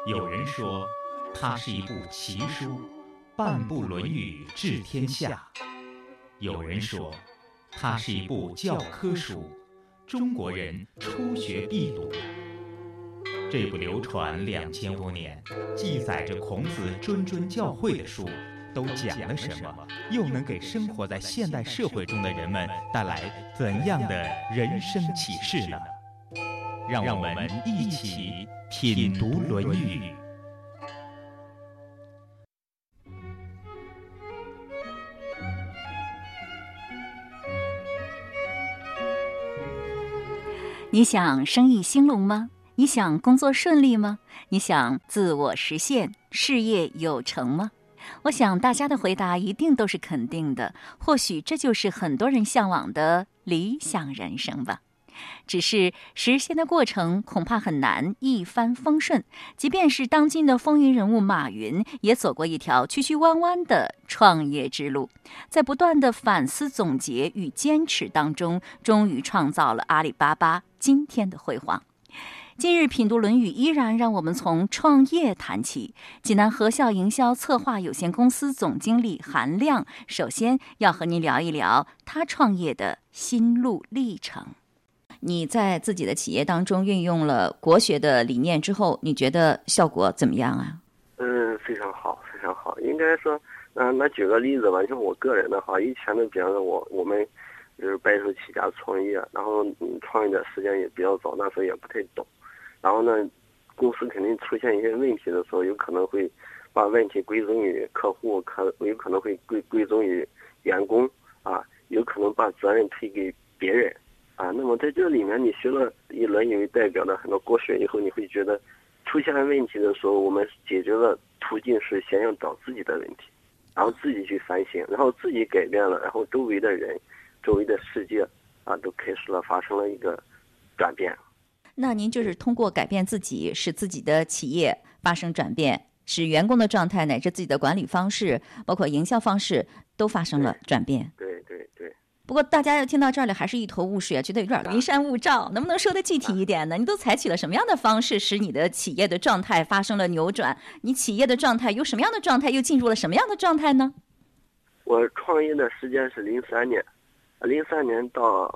有人说，它是一部奇书，半部《论语》治天下；有人说，它是一部教科书，中国人初学必读。这部流传2000多年，记载着孔子谆谆教诲的书，都讲了什么？又能给生活在现代社会中的人们带来怎样的人生启示呢？让我们一起品读《论语》。 你想生意兴隆吗？你想工作顺利吗？你想自我实现、事业有成吗？我想大家的回答一定都是肯定的，或许这就是很多人向往的理想人生吧。只是实现的过程恐怕很难一帆风顺，即便是当今的风云人物马云，也走过一条曲曲弯弯的创业之路，在不断的反思总结与坚持当中，终于创造了阿里巴巴今天的辉煌。今日品读《论语》依然让我们从创业谈起。济南和校营销策划有限公司总经理韩亮，首先要和您聊一聊他创业的心路历程。你在自己的企业当中运用了国学的理念之后，你觉得效果怎么样啊？ 非常好，非常好。应该说，那举个例子吧，像我个人的话，以前的比方说我们就是白手起家创业，然后创业的时间也比较早，那时候也不太懂。然后呢，公司肯定出现一些问题的时候，有可能会把问题归宗于客户，有可能会归宗于员工啊，有可能把责任推给别人啊。那么在这里面，你学了以《论语》为代表的很多国学以后，你会觉得出现问题的时候，我们解决的途径是先要找自己的问题，然后自己去反省，然后自己改变了，然后周围的人、周围的世界啊，都开始了发生了一个转变。 那您就是通过改变自己，使自己的企业发生转变，使员工的状态乃至自己的管理方式，包括营销方式都发生了转变。 对。 不过大家要听到这里还是一头雾水啊，觉得有点云山雾罩，能不能说得具体一点呢？你都采取了什么样的方式使你的企业的状态发生了扭转？你企业的状态由什么样的状态又进入了什么样的状态呢？ 我创业的时间是03年，03年到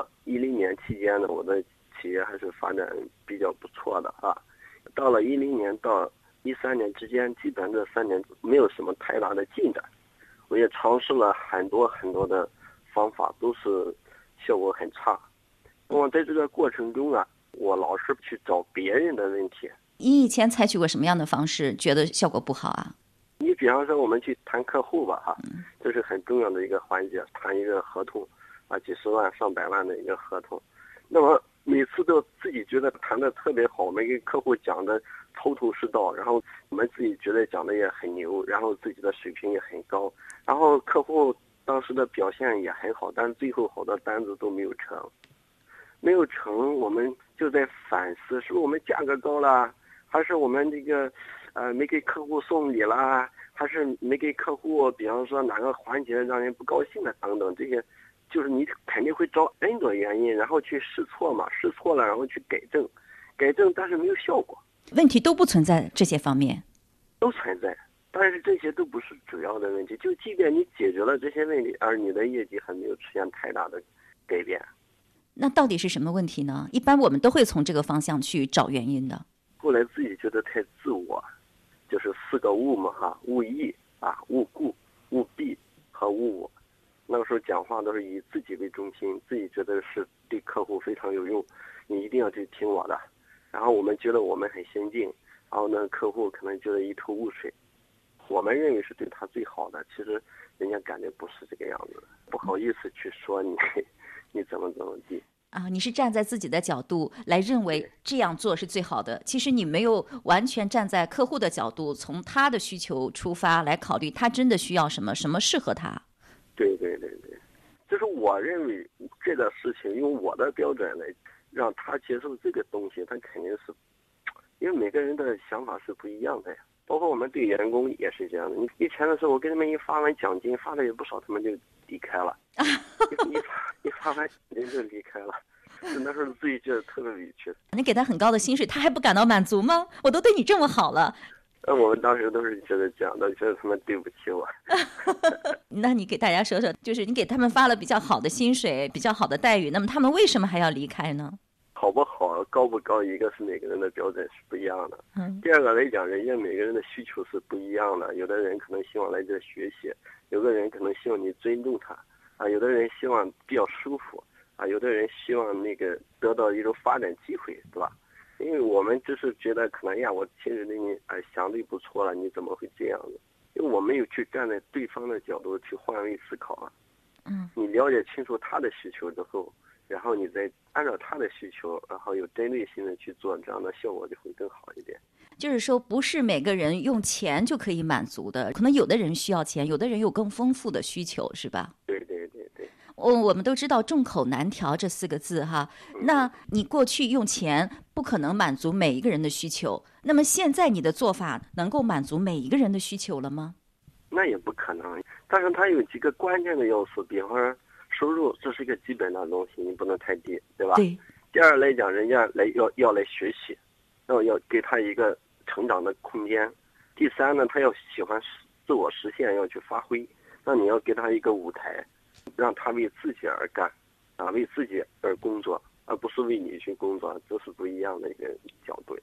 10年期间呢，我的企业还是发展比较不错的啊。到了10年到13年之间，基本这3年没有什么太大的进展。我也尝试了很多的方法，都是效果很差。那么在这个过程中啊，我老是去找别人的问题。 你以前采取过什么样的方式，觉得效果不好啊？ 你比方说我们去谈客户吧，这是很重要的一个环节，谈一个合同啊，几十万上百万的一个合同。那么每次都自己觉得谈的特别好，我们给客户讲的头头是道，然后我们自己觉得讲的也很牛，然后自己的水平也很高，然后客户当时的表现也很好，但是最后好多单子都没有成。我们就在反思，是不是我们价格高了，还是我们这个没给客户送礼啦，还是没给客户比方说哪个环节让人不高兴的等等，这些就是你肯定会找 N 多原因，然后去试错嘛，试错了然后去改正，但是没有效果。 问题都不存在这些方面？ 都存在，但是这些都不是主要的问题。就即便你解决了这些问题，而你的业绩还没有出现太大的改变。 那到底是什么问题呢？一般我们都会从这个方向去找原因的。 后来自己觉得太自我，就是4个误嘛误意啊、误故、误必和误我。那个时候讲话都是以自己为中心，自己觉得是对客户非常有用，你一定要去听我的。然后我们觉得我们很先进，然后呢，客户可能觉得一头雾水。我们认为是对他最好的，其实人家感觉不是这个样子的，不好意思去说你怎么地啊，你是站在自己的角度来认为这样做是最好的，其实你没有完全站在客户的角度，从他的需求出发来考虑他真的需要什么，什么适合他。 对，就是我认为这个事情用我的标准来让他接受这个东西，他肯定是因为每个人的想法是不一样的呀。包括我们对员工也是这样的，你以前的时候我给他们一发完奖金，发的也不少，他们就离开了。一发完人就离开了。 那时候自己觉得特别委屈。 你给他很高的薪水，他还不感到满足吗？我都对你这么好了。 我们当时都是觉得这样的，觉得他们对不起我。 那你给大家说说，就是你给他们发了比较好的薪水，比较好的待遇，那么他们为什么还要离开呢？ 好不好，高不高，一个是每个人的标准是不一样的。第二个来讲，人家每个人的需求是不一样的。有的人可能希望来这学习，有的人可能希望你尊重他啊，有的人希望比较舒服啊，有的人希望那个得到一种发展机会，对吧？因为我们只是觉得可能呀，我其实对你相对不错了，你怎么会这样呢？因为我没有去站在对方的角度去换位思考啊。你了解清楚他的需求之后，然后你再按照他的需求，然后有针对性的去做，这样的效果就会更好一点。 就是说，不是每个人用钱就可以满足的，可能有的人需要钱，有的人有更丰富的需求，是吧？ 对对对对。 我们都知道众口难调这4个字哈，那你过去用钱不可能满足每一个人的需求，那么现在你的做法能够满足每一个人的需求了吗？ 那也不可能，但是它有几个关键的要素，比方说收入，这是一个基本的东西，你不能太低，对吧？ 对。 第二来讲，人家要来学习，要给他一个成长的空间。第三呢，他要喜欢自我实现，要去发挥，那你要给他一个舞台，让他为自己而干，啊，为自己而工作，而不是为你去工作，这是不一样的一个角度。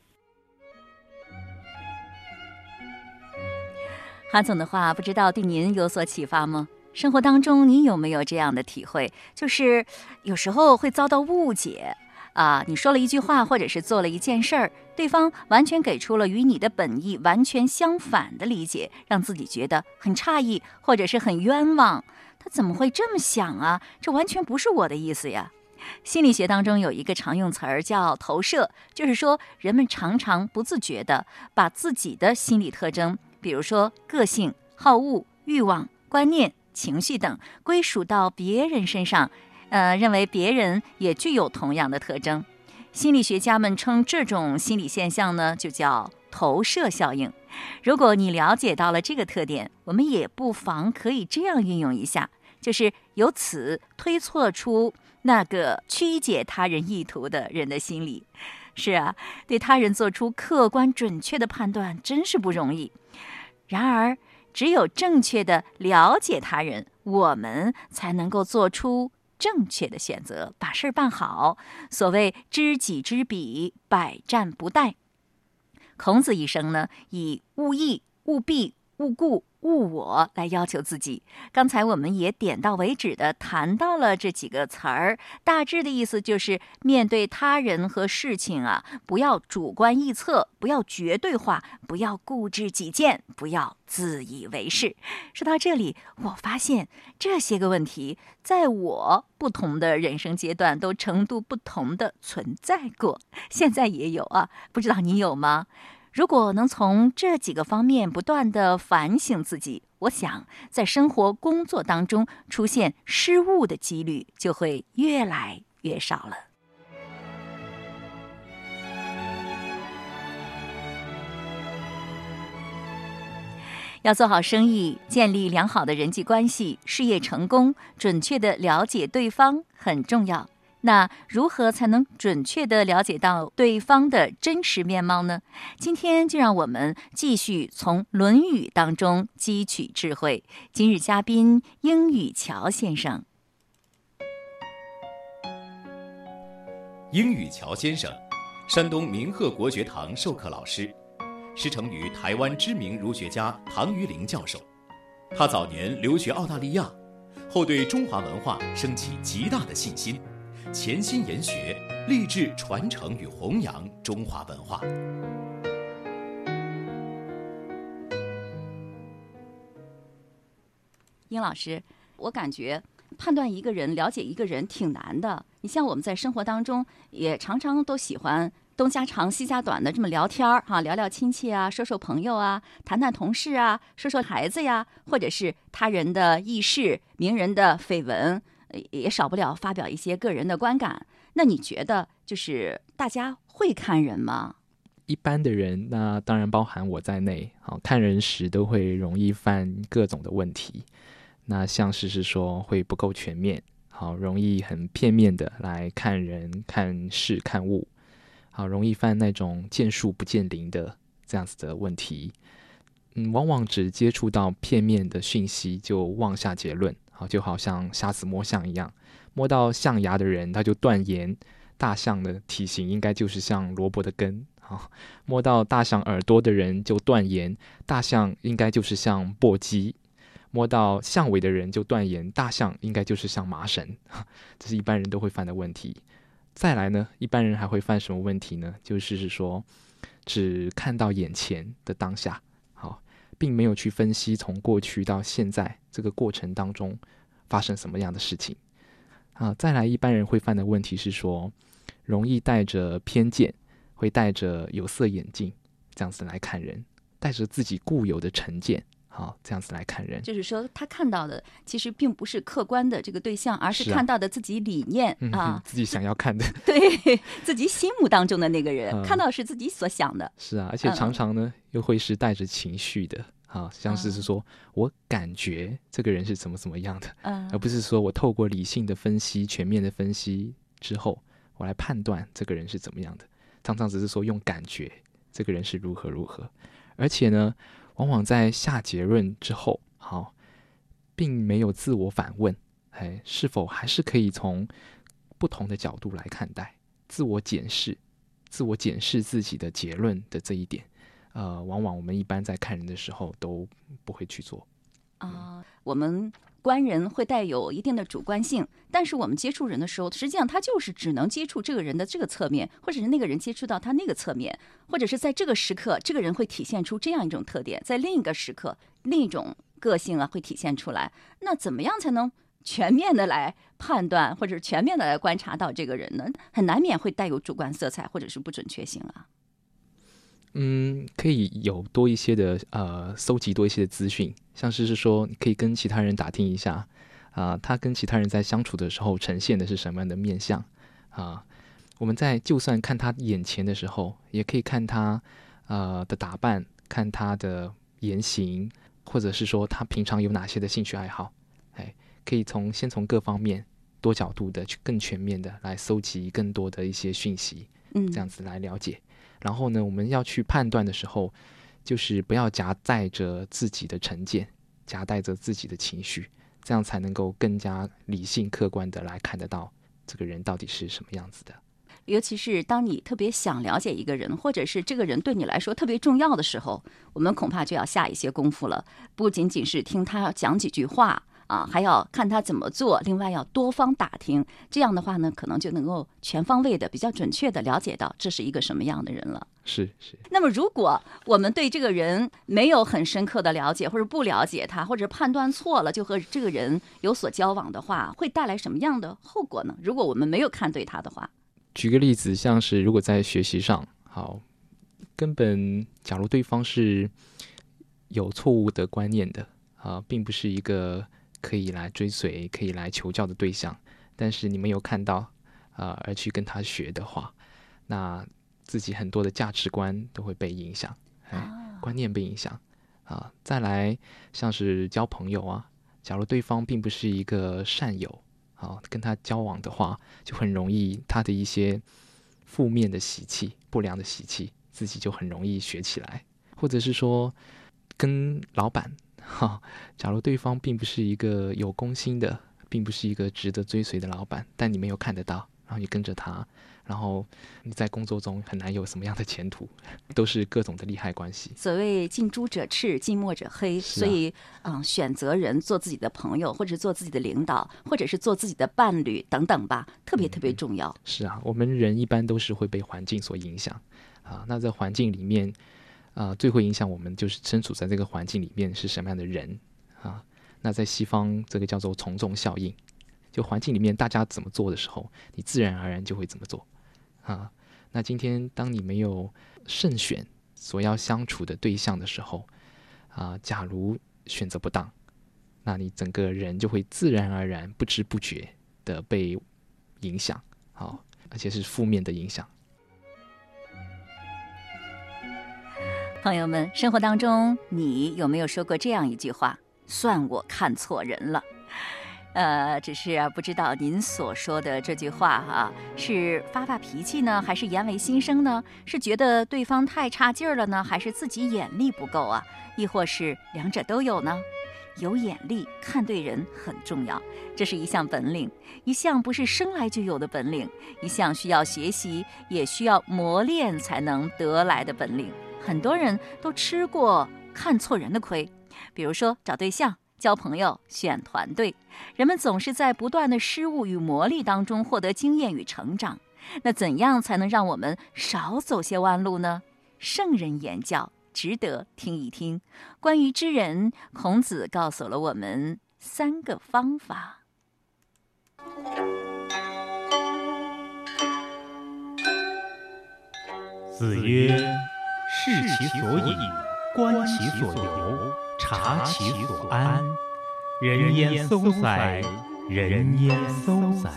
韩总的话，不知道对您有所启发吗？生活当中你有没有这样的体会，就是有时候会遭到误解啊，你说了一句话或者是做了一件事儿，对方完全给出了与你的本意完全相反的理解，让自己觉得很诧异或者是很冤枉。他怎么会这么想啊？这完全不是我的意思呀。心理学当中有一个常用词儿叫投射，就是说人们常常不自觉地把自己的心理特征，比如说个性、好恶、欲望、观念、情绪等归属到别人身上，认为别人也具有同样的特征。心理学家们称这种心理现象呢，就叫投射效应。如果你了解到了这个特点，我们也不妨可以这样运用一下，就是由此推测出那个曲解他人意图的人的心理。是啊，对他人做出客观准确的判断真是不容易。然而只有正确的了解他人，我们才能够做出正确的选择，把事儿办好。所谓知己知彼，百战不殆。孔子一生呢，以勿义、勿避、勿固、勿我来要求自己。刚才我们也点到为止的谈到了这几个词儿，大致的意思就是面对他人和事情啊，不要主观臆测，不要绝对化，不要固执己见，不要自以为是。说到这里，我发现这些个问题在我不同的人生阶段都程度不同的存在过，现在也有啊，不知道你有吗？如果能从这几个方面不断地反省自己，我想在生活工作当中出现失误的几率就会越来越少了。要做好生意，建立良好的人际关系，事业成功，准确地了解对方很重要。那如何才能准确地了解到对方的真实面貌呢？今天就让我们继续从《论语》当中汲取智慧。今日嘉宾英语桥先生。 英语桥先生，山东明鹤国学堂授课老师，师承于台湾知名儒学家唐于龄教授。他早年留学澳大利亚，后对中华文化升起极大的信心，潜心研学，立志传承与弘扬中华文化。 殷老师，我感觉判断一个人、了解一个人挺难的。你像我们在生活当中也常常都喜欢东家长西家短的这么聊天啊，聊聊亲戚啊，说说朋友啊，谈谈同事啊，说说孩子呀，或者是他人的轶事、名人的绯闻，也少不了发表一些个人的观感。那你觉得就是大家会看人吗？ 一般的人，那当然包含我在内，看人时都会容易犯各种的问题。那像是说会不够全面， 好，容易很片面的来看人、看事、看物，好，容易犯那种见树不见林的这样子的问题。往往只接触到片面的讯息就妄下结论，好，就好像瞎子摸象一样，摸到象牙的人他就断言大象的体型应该就是像萝卜的根，好，摸到大象耳朵的人就断言大象应该就是像簸箕，摸到象尾的人就断言大象应该就是像麻绳，这是一般人都会犯的问题。再来呢，一般人还会犯什么问题呢？就是说只看到眼前的当下，好，并没有去分析从过去到现在这个过程当中发生什么样的事情。再来一般人会犯的问题是说，容易带着偏见，会带着有色眼镜这样子来看人，带着自己固有的成见，好，这样子来看人， 就是说他看到的其实并不是客观的这个对象，而是看到的自己理念自己想要看的对，自己心目当中的那个人，看到是自己所想的。 是啊，而且常常呢又会是带着情绪的，像是说我感觉这个人是怎么怎么样的，而不是说我透过理性的分析、全面的分析之后，我来判断这个人是怎么样的。常常只是说用感觉这个人是如何如何，而且呢往往在下结论之后，好，并没有自我反问，是否还是可以从不同的角度来看待，自我检视自己的结论的这一点，往往我们一般在看人的时候都不会去做。 我们观人会带有一定的主观性，但是我们接触人的时候，实际上他就是只能接触这个人的这个侧面，或者是那个人接触到他那个侧面，或者是在这个时刻这个人会体现出这样一种特点，在另一个时刻另一种个性会体现出来。那怎么样才能全面的来判断，或者是全面的来观察到这个人呢？很难免会带有主观色彩或者是不准确性啊。 可以有多一些的搜集多一些的资讯，像是说你可以跟其他人打听一下他跟其他人在相处的时候呈现的是什么样的面相我们在就算看他眼前的时候，也可以看他的打扮，看他的言行，或者是说他平常有哪些的兴趣爱好，可以先从各方面多角度的去更全面的来搜集更多的一些讯息，这样子来了解。然后呢，我们要去判断的时候，就是不要夹带着自己的成见，夹带着自己的情绪，这样才能够更加理性客观的来看得到这个人到底是什么样子的。 尤其是当你特别想了解一个人，或者是这个人对你来说特别重要的时候，我们恐怕就要下一些功夫了，不仅仅是听他讲几句话还要看他怎么做，另外要多方打听，这样的话呢，可能就能够全方位的、比较准确的了解到这是一个什么样的人了。 是。 那么如果我们对这个人没有很深刻的了解，或者不了解他，或者判断错了，就和这个人有所交往的话，会带来什么样的后果呢？如果我们没有看对他的话， 举个例子，像是如果在学习上，好，根本假如对方是有错误的观念的并不是一个可以来追随、可以来求教的对象，但是你没有看到而去跟他学的话，那自己很多的价值观都会被影响，观念被影响再来像是交朋友假如对方并不是一个善友跟他交往的话，就很容易他的一些负面的习气、不良的习气，自己就很容易学起来。或者是说跟老板假如对方并不是一个有公心的，并不是一个值得追随的老板，但你没有看得到，然后你跟着他，然后你在工作中很难有什么样的前途，都是各种的利害关系。 所谓近朱者赤，近墨者黑，所以选择人做自己的朋友，或者做自己的领导，或者是做自己的伴侣等等吧，特别特别重要。 是啊，我们人一般都是会被环境所影响那在环境里面最会影响我们就是身处在这个环境里面是什么样的人那在西方这个叫做从众效应，就环境里面大家怎么做的时候，你自然而然就会怎么做那今天当你没有慎选所要相处的对象的时候假如选择不当，那你整个人就会自然而然不知不觉的被影响而且是负面的影响。 朋友们，生活当中你有没有说过这样一句话，算我看错人了？ 只是不知道您所说的这句话是发脾气呢，还是言为心声呢？是觉得对方太差劲儿了呢，还是自己眼力不够啊？亦或是两者都有呢？有眼力看对人很重要，这是一项本领，一项不是生来就有的本领，一项需要学习也需要磨练才能得来的本领。很多人都吃过看错人的亏，比如说找对象、交朋友、选团队，人们总是在不断的失误与磨砺当中获得经验与成长。那怎样才能让我们少走些弯路呢？圣人言教，值得听一听。关于知人，孔子告诉了我们3个方法。 子曰：视其所以，观其所由，察其所安。人焉搜哉？人焉搜哉？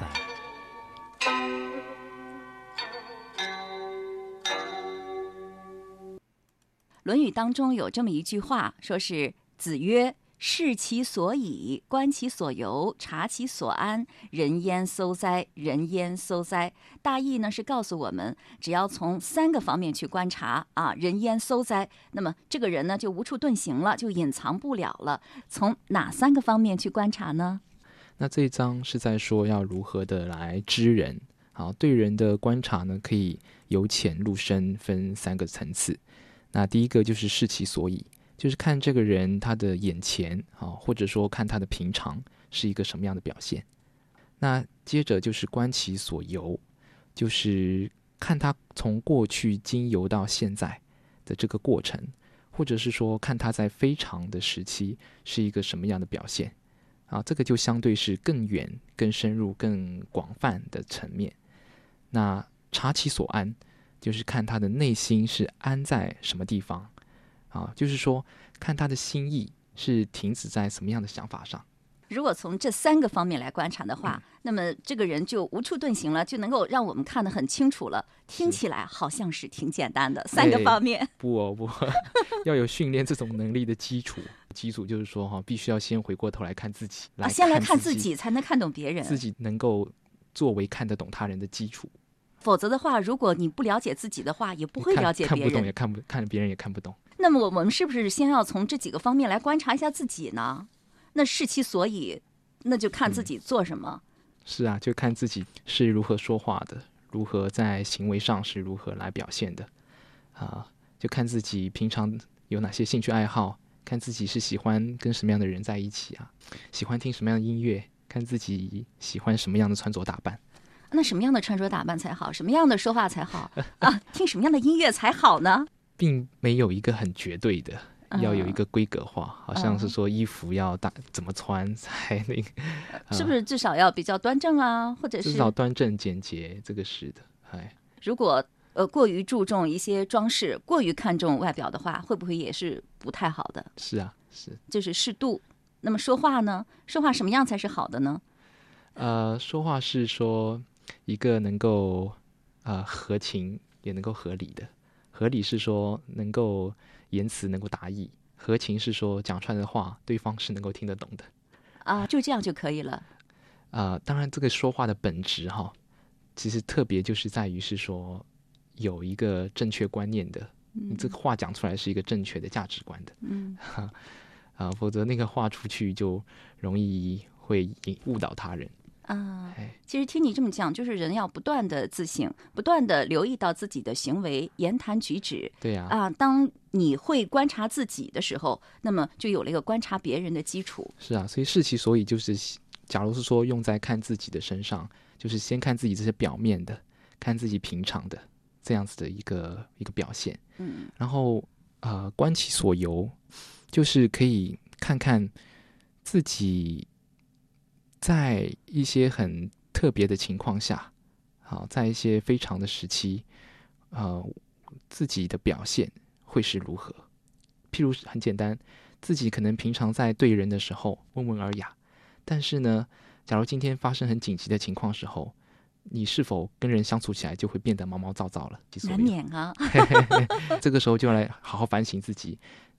论语当中有这么一句话，说是子曰：视其所以，观其所由，察其所安。人焉搜哉？人焉搜哉？大意呢是告诉我们，只要从3个方面去观察人焉搜哉，那么这个人呢就无处遁形了，就隐藏不了了。从哪3个方面去观察呢？ 那这一章是在说要如何的来知人。好，对人的观察呢，可以由浅入深，分3个层次。那第一个就是视其所以，就是看这个人他的眼前或者说看他的平常是一个什么样的表现。那接着就是观其所由，就是看他从过去经由到现在的这个过程，或者是说看他在非常的时期是一个什么样的表现这个就相对是更远、更深入、更广泛的层面。那察其所安，就是看他的内心是安在什么地方就是说看他的心意是停止在什么样的想法上。 如果从这3个方面来观察的话，那么这个人就无处遁形了，就能够让我们看得很清楚了。听起来好像是挺简单的3个方面。 不要有训练这种能力的基础。基础就是说必须要先回过头来看自己， 先来看自己才能看懂别人， 自己能够作为看得懂他人的基础。 否则的话，如果你不了解自己的话，也不会了解别人， 看不懂看别人也看不懂。 那么我们是不是先要从这几个方面来观察一下自己呢？那视其所以，那就看自己做什么。 是啊，就看自己是如何说话的，如何在行为上是如何来表现的就看自己平常有哪些兴趣爱好，看自己是喜欢跟什么样的人在一起喜欢听什么样的音乐，看自己喜欢什么样的穿着打扮。 那什么样的穿着打扮才好？什么样的说话才好听什么样的音乐才好呢？ 并没有一个很绝对的，要有一个规格化，好像是说衣服要怎么穿才那个是不是至少要比较端正或者是至少端正简洁，这个是的。 如果过于注重一些装饰，过于看重外表的话，会不会也是不太好的？ 是啊，是， 就是适度。那么说话呢？说话什么样才是好的呢？ 说话是说一个能够合情也能够合理的。合理是说能够言辞能够达意，合情是说讲出来的话对方是能够听得懂的就这样就可以了。 当然这个说话的本质其实特别就是在于是说有一个正确观念的，你这个话讲出来是一个正确的价值观的否则那个话出去就容易会误导他人其实听你这么讲，就是人要不断的自省，不断的留意到自己的行为、言谈举止。 对呀当你会观察自己的时候，那么就有了一个观察别人的基础。 是啊，所以视其所以就是假如是说用在看自己的身上，就是先看自己这些表面的，看自己平常的这样子的一个表现然后观其所由，就是可以看看自己在一些很特别的情况下在一些非常的时期自己的表现会是如何。譬如很简单，自己可能平常在对人的时候温文尔雅，但是呢假如今天发生很紧急的情况时候，你是否跟人相处起来就会变得毛毛躁躁了？ 难免这个时候就来好好反省自己，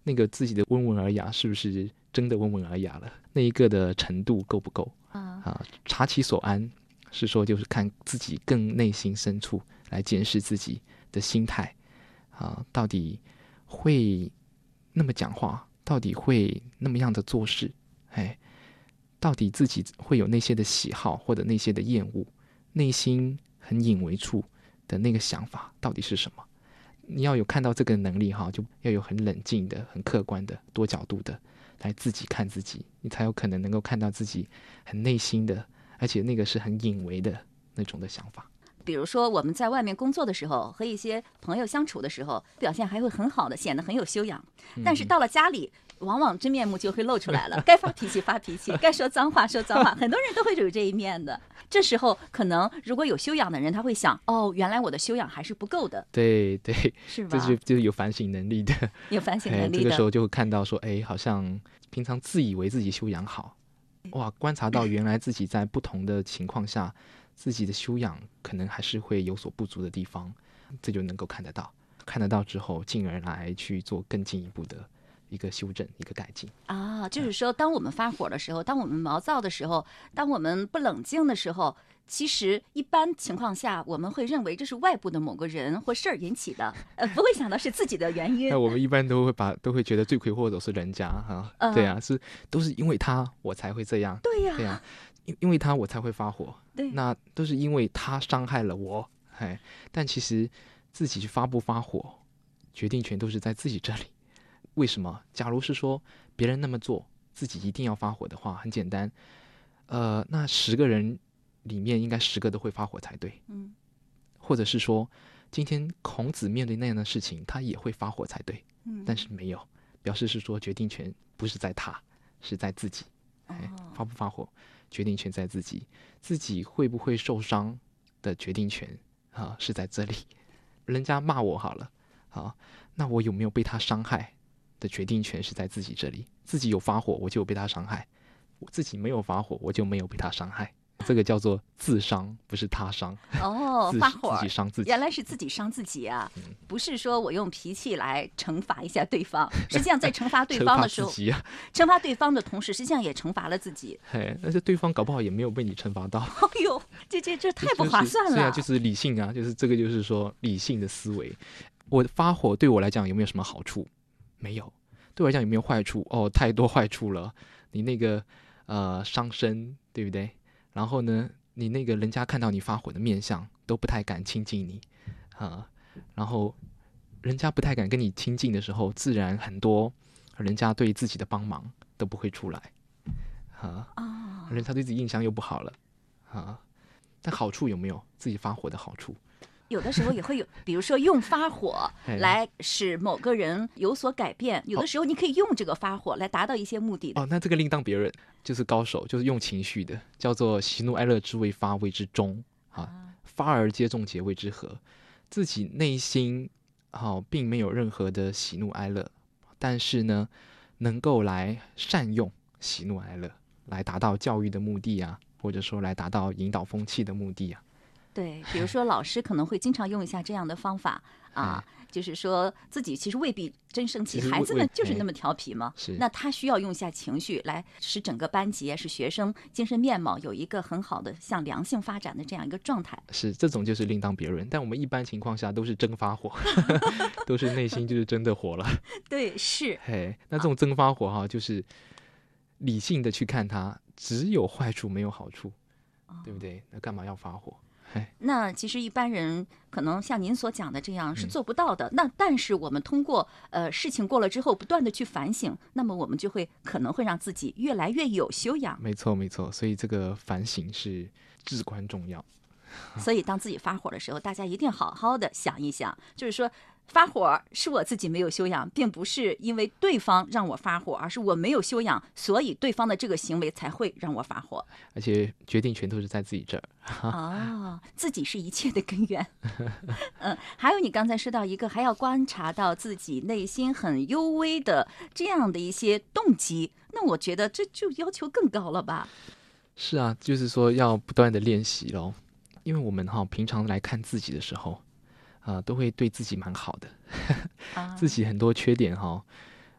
那个自己的温文尔雅是不是真的温文尔雅了？那一个的程度够不够察其所安是说就是看自己更内心深处来检视自己的心态到底会那么讲话，到底会那么样的做事，到底自己会有那些的喜好或者那些的厌恶，内心很隐微处的那个想法到底是什么？你要有看到这个能力就要有很冷静的、很客观的、多角度的来自己看自己，你才有可能能够看到自己很内心的，而且那个是很隐微的那种的想法。 比如说我们在外面工作的时候，和一些朋友相处的时候，表现还会很好的，显得很有修养。但是到了家里，往往真面目就会露出来了，该发脾气发脾气，该说脏话说脏话，很多人都会有这一面的。这时候可能如果有修养的人，他会想，原来我的修养还是不够的。 对， 是吧？ 这就是有反省能力的， 有反省能力的。 这个时候就会看到说，好像平常自以为自己修养好，哇，观察到原来自己在不同的情况下，自己的修养可能还是会有所不足的地方，这就能够看得到。看得到之后，进而来去做更进一步的一个修正、一个改进就是说，当我们发火的时候，当我们毛躁的时候，当我们不冷静的时候，其实一般情况下，我们会认为这是外部的某个人或事儿引起的，不会想到是自己的原因。 那我们一般都会觉得罪魁祸首是人家对啊，都是因为他我才会这样， 对呀， 对啊，因为他我才会发火， 对， 那都是因为他伤害了我，但其实自己发不发火，决定权都是在自己这里。为什么？假如是说别人那么做，自己一定要发火的话，很简单，那10个人里面应该10个都会发火才对，或者是说，今天孔子面对那样的事情，他也会发火才对，但是没有，表示是说决定权不是在他，是在自己，发不发火，决定权在自己，自己会不会受伤的决定权是在这里。人家骂我好了，那我有没有被他伤害的决定权是在自己这里，自己有发火我就有被他伤害，我自己没有发火我就没有被他伤害，这个叫做自伤，不是他伤。 发火自己伤自己， 原来是自己伤自己啊，不是说我用脾气来惩罚一下对方，实际上在惩罚对方的时候惩罚对方的同时，实际上也惩罚了自己。 但是对方搞不好也没有被你惩罚到。 这太不划算了。 对啊，就是理性啊，就是这个就是说理性的思维。我发火对我来讲有没有什么好处？没有。对我来讲有没有坏处？太多坏处了。你那个伤身，对不对？然后呢，你那个人家看到你发火的面相都不太敢亲近你然后人家不太敢跟你亲近的时候，自然很多人家对自己的帮忙都不会出来人家对自己印象又不好了但好处有没有？自己发火的好处有的时候也会有，比如说用发火来使某个人有所改变，有的时候你可以用这个发火来达到一些目的的。 那这个另当别论，就是高手，就是用情绪的，叫做喜怒哀乐之未发谓之中发而皆众结谓之和。自己内心并没有任何的喜怒哀乐，但是呢，能够来善用喜怒哀乐来达到教育的目的或者说来达到引导风气的目的对，比如说老师可能会经常用一下这样的方法就是说自己其实未必真生气，孩子们就是那么调皮嘛，那他需要用一下情绪来使整个班级使学生精神面貌有一个很好的向良性发展的这样一个状态。 是，这种就是另当别论，但我们一般情况下都是真发火都是内心就是真的火了对，是那这种真发火就是理性的去看它，只有坏处没有好处对不对？那干嘛要发火？ 那其实一般人可能像您所讲的这样是做不到的，那但是我们通过事情过了之后不断的去反省，那么我们就会可能会让自己越来越有修养。 没错没错，所以这个反省是至关重要。 所以当自己发火的时候，大家一定好好的想一想，就是说发火是我自己没有修养，并不是因为对方让我发火，而是我没有修养，所以对方的这个行为才会让我发火。 而且决定权都是在自己这儿自己是一切的根源还有你刚才说到一个，还要观察到自己内心很幽微的这样的一些动机，那我觉得这就要求更高了吧？ 是啊，就是说要不断的练习咯。因为我们平常来看自己的时候都会对自己蛮好的自己很多缺点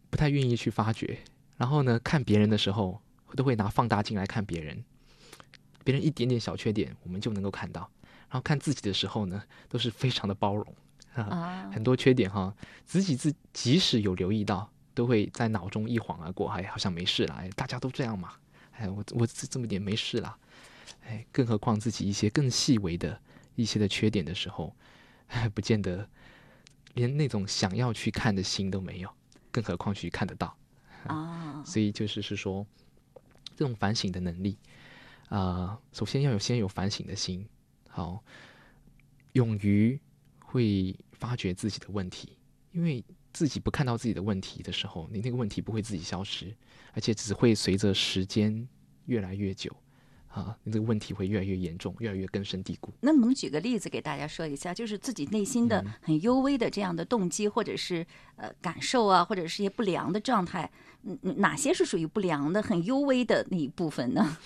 不太愿意去发掘。然后呢，看别人的时候都会拿放大镜来看别人，别人一点点小缺点我们就能够看到，然后看自己的时候呢，都是非常的包容很多缺点自己即使有留意到，都会在脑中一晃而过，好像没事啦，大家都这样嘛，我这么点没事啦，更何况自己一些更细微的一些的缺点的时候，不见得连那种想要去看的心都没有，更何况去看得到所以就是说，这种反省的能力，首先要先有反省的心，好，勇于会发掘自己的问题，因为自己不看到自己的问题的时候，你那个问题不会自己消失，而且只会随着时间越来越久你这个问题会越来越严重，越来越根深蒂固。 那能不能举个例子给大家说一下，就是自己内心的很幽微的这样的动机，或者是感受啊，或者是一些不良的状态，哪些是属于不良的、很幽微的那一部分呢？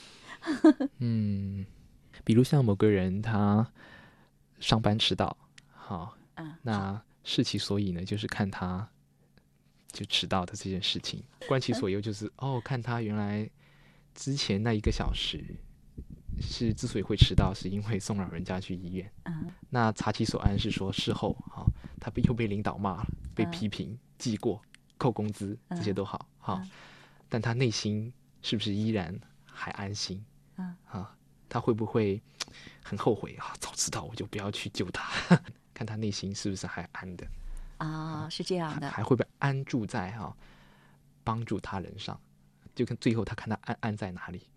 比如像某个人他上班迟到，那视其所以呢，就是看他就迟到的这件事情；观其所由，就是看他原来之前那1个小时是之所以会迟到，是因为送老人家去医院。那察其所安是说事后他又被领导骂了，被批评、记过、扣工资，这些都好但他内心是不是依然还安心？他会不会很后悔早知道我就不要去救他？看他内心是不是还安的是这样的， 还会不会安住在帮助他人上？就跟最后他看他安在哪里。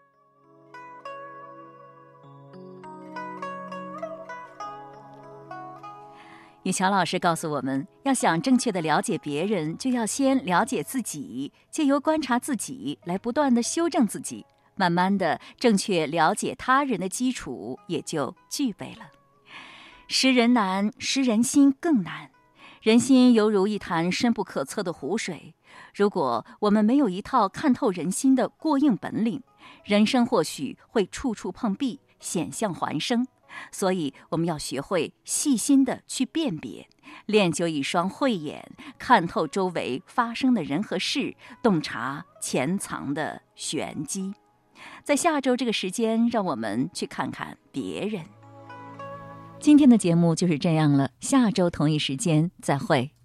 雨乔老师告诉我们，要想正确的了解别人，就要先了解自己，借由观察自己来不断的修正自己，慢慢的正确了解他人的基础也就具备了。识人难，识人心更难。人心犹如一潭深不可测的湖水，如果我们没有一套看透人心的过硬本领，人生或许会处处碰壁，险象环生。所以我们要学会细心的去辨别，练就一双慧眼，看透周围发生的人和事，洞察潜藏的玄机。在下周这个时间，让我们去看看别人。今天的节目就是这样了，下周同一时间再会。